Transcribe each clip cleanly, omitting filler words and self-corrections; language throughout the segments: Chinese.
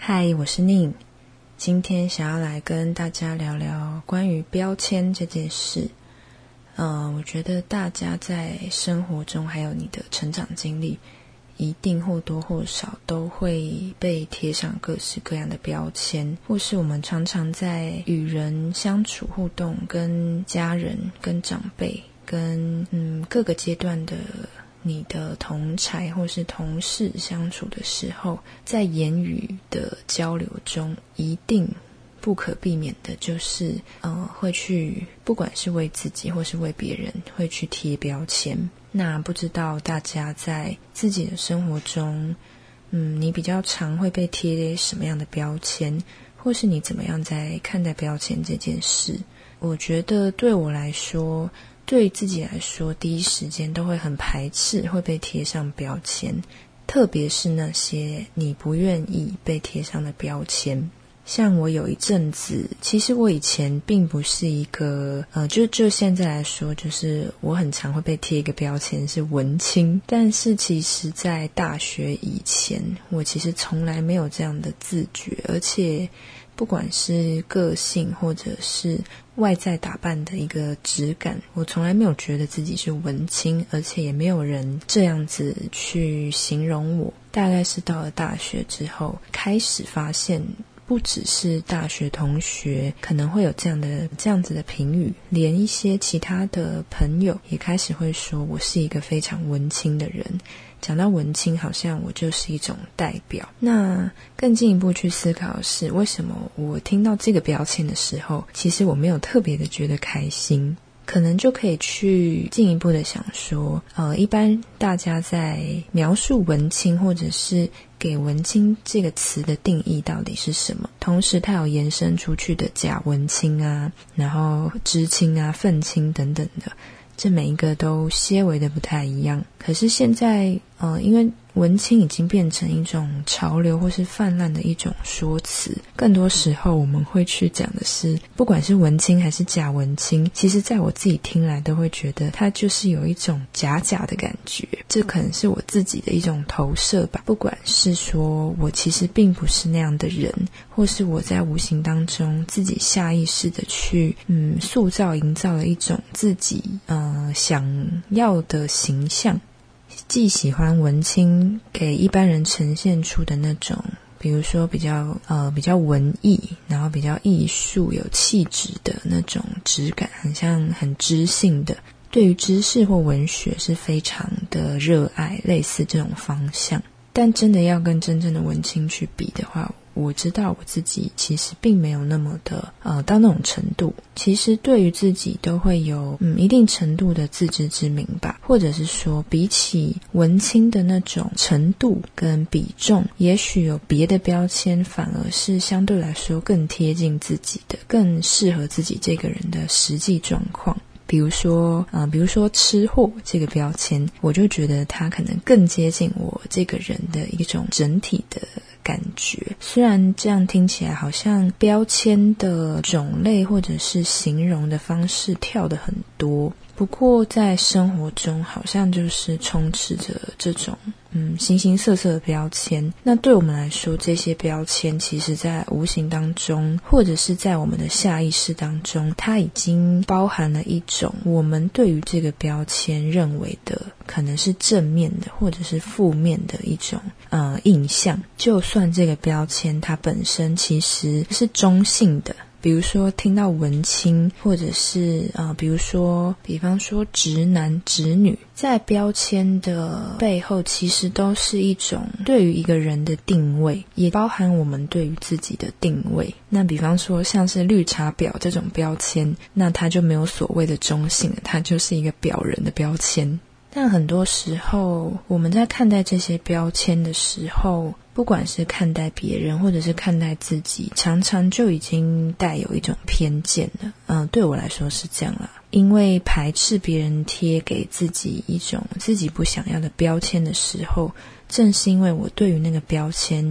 嗨，我是宁，今天想要来跟大家聊聊关于标签这件事。我觉得大家在生活中还有你的成长经历，一定或多或少都会被贴上各式各样的标签，或是我们常常在与人相处互动，跟家人、跟长辈、跟各个阶段的你的同侪或是同事相处的时候，在言语的交流中，一定不可避免的就是会去，不管是为自己或是为别人，会去贴标签。那不知道大家在自己的生活中，你比较常会被贴什么样的标签，或是你怎么样在看待标签这件事？我觉得对我来说，对于自己来说，第一时间都会很排斥会被贴上标签，特别是那些你不愿意被贴上的标签。像我有一阵子，其实我以前并不是一个就现在来说，就是我很常会被贴一个标签是文青，但是其实在大学以前，我其实从来没有这样的自觉，而且不管是个性或者是外在打扮的一个质感，我从来没有觉得自己是文青，而且也没有人这样子去形容我。大概是到了大学之后，开始发现不只是大学同学可能会有这样子的评语，连一些其他的朋友也开始会说我是一个非常文青的人。讲到文青，好像我就是一种代表。那更进一步去思考的是，为什么我听到这个标签的时候，其实我没有特别的觉得开心。可能就可以去进一步的想说，一般大家在描述文青或者是给文青这个词的定义到底是什么？同时它有延伸出去的假文青啊，然后知青啊、愤青等等的，这每一个都些微的不太一样。可是现在因为文青已经变成一种潮流或是泛滥的一种说辞，更多时候我们会去讲的是，不管是文青还是假文青，其实在我自己听来都会觉得它就是有一种假的感觉。这可能是我自己的一种投射吧，不管是说我其实并不是那样的人，或是我在无形当中自己下意识的去塑造营造了一种自己想要的形象。既喜欢文青给一般人呈现出的那种，比如说比较文艺，然后比较艺术有气质的那种质感，很像很知性的，对于知识或文学是非常的热爱，类似这种方向。但真的要跟真正的文青去比的话，我知道我自己其实并没有那么的到那种程度。其实对于自己都会有一定程度的自知之明吧，或者是说比起文青的那种程度跟比重，也许有别的标签反而是相对来说更贴近自己的，更适合自己这个人的实际状况。比如说吃货这个标签，我就觉得它可能更接近我这个人的一种整体的感觉。虽然这样听起来好像标签的种类或者是形容的方式跳得很多，不过在生活中好像就是充斥着这种形形色色的标签。那对我们来说，这些标签其实在无形当中，或者是在我们的下意识当中，它已经包含了一种我们对于这个标签认为的可能是正面的或者是负面的一种印象。就算这个标签它本身其实是中性的，比如说听到文青，或者是比方说直男直女，在标签的背后其实都是一种对于一个人的定位，也包含我们对于自己的定位。那比方说像是绿茶婊这种标签，那它就没有所谓的中性了，它就是一个婊人的标签。但很多时候我们在看待这些标签的时候，不管是看待别人或者是看待自己，常常就已经带有一种偏见了。对我来说是这样啦，因为排斥别人贴给自己一种自己不想要的标签的时候，正是因为我对于那个标签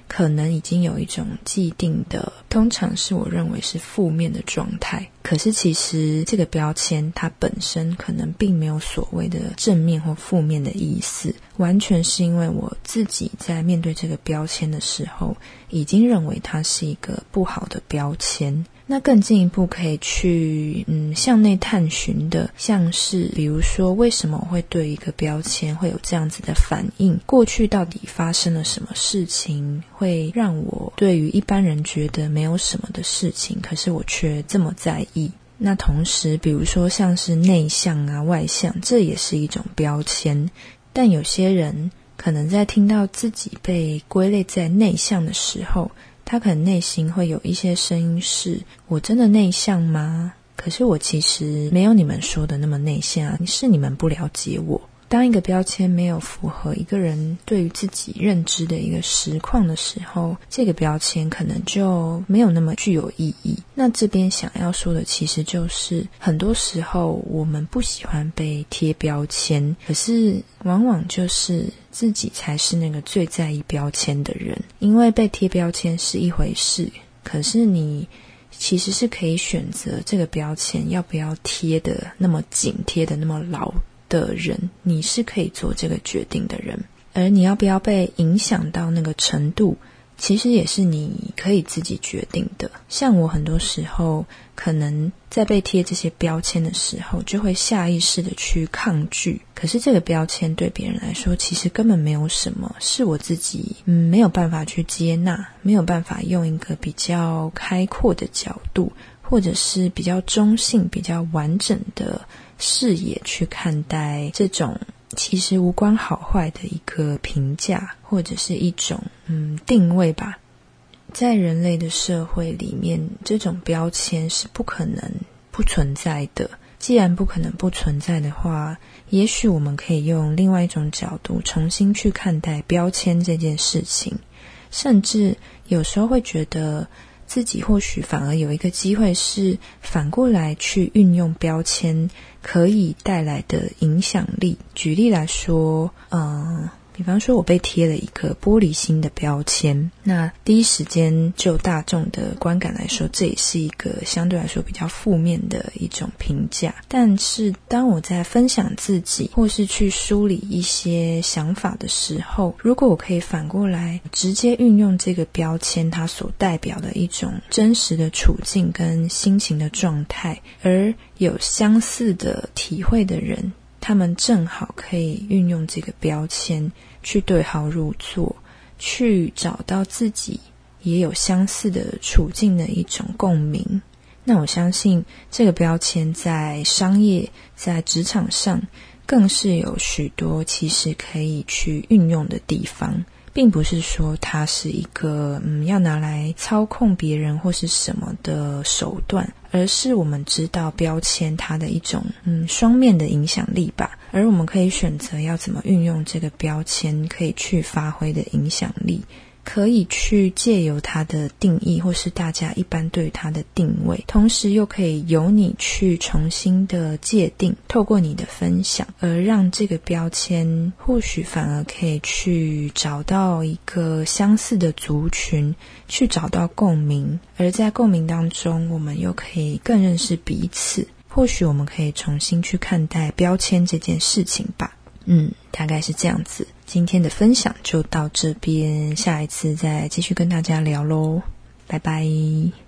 可能已经有一种既定的，通常是我认为是负面的状态。可是其实这个标签它本身可能并没有所谓的正面或负面的意思，完全是因为我自己在面对这个标签的时候，已经认为它是一个不好的标签。那更进一步可以去向内探寻的，像是比如说为什么我会对一个标签会有这样子的反应，过去到底发生了什么事情会让我对于一般人觉得没有什么的事情，可是我却这么在意。那同时比如说像是内向啊外向，这也是一种标签，但有些人可能在听到自己被归类在内向的时候，他可能内心会有一些声音是，我真的内向吗？可是我其实没有你们说的那么内向啊，是你们不了解我。当一个标签没有符合一个人对于自己认知的一个实况的时候，这个标签可能就没有那么具有意义。那这边想要说的其实就是很多时候我们不喜欢被贴标签，可是往往就是自己才是那个最在意标签的人。因为被贴标签是一回事，可是你其实是可以选择这个标签要不要贴的那么紧，贴的那么牢的人，你是可以做这个决定的人。而你要不要被影响到那个程度，其实也是你可以自己决定的。像我很多时候可能在被贴这些标签的时候，就会下意识的去抗拒，可是这个标签对别人来说其实根本没有什么，是我自己没有办法去接纳，没有办法用一个比较开阔的角度，或者是比较中性比较完整的视野去看待这种其实无关好坏的一个评价，或者是一种定位吧。在人类的社会里面，这种标签是不可能不存在的。既然不可能不存在的话，也许我们可以用另外一种角度重新去看待标签这件事情，甚至有时候会觉得自己或许反而有一个机会是反过来去运用标签可以带来的影响力。举例来说，比方说我被贴了一个玻璃心的标签，那第一时间就大众的观感来说，这也是一个相对来说比较负面的一种评价。但是当我在分享自己或是去梳理一些想法的时候，如果我可以反过来直接运用这个标签它所代表的一种真实的处境跟心情的状态，而有相似的体会的人，他们正好可以运用这个标签去对号入座，去找到自己也有相似的处境的一种共鸣。那我相信这个标签在商业在职场上更是有许多其实可以去运用的地方，并不是说它是一个要拿来操控别人或是什么的手段，而是我们知道标签它的一种双面的影响力吧，而我们可以选择要怎么运用这个标签可以去发挥的影响力，可以去借由它的定义或是大家一般对它的定位，同时又可以由你去重新的界定，透过你的分享而让这个标签或许反而可以去找到一个相似的族群，去找到共鸣，而在共鸣当中我们又可以更认识彼此，或许我们可以重新去看待标签这件事情吧。大概是这样子。今天的分享就到这边，下一次再继续跟大家聊咯，拜拜。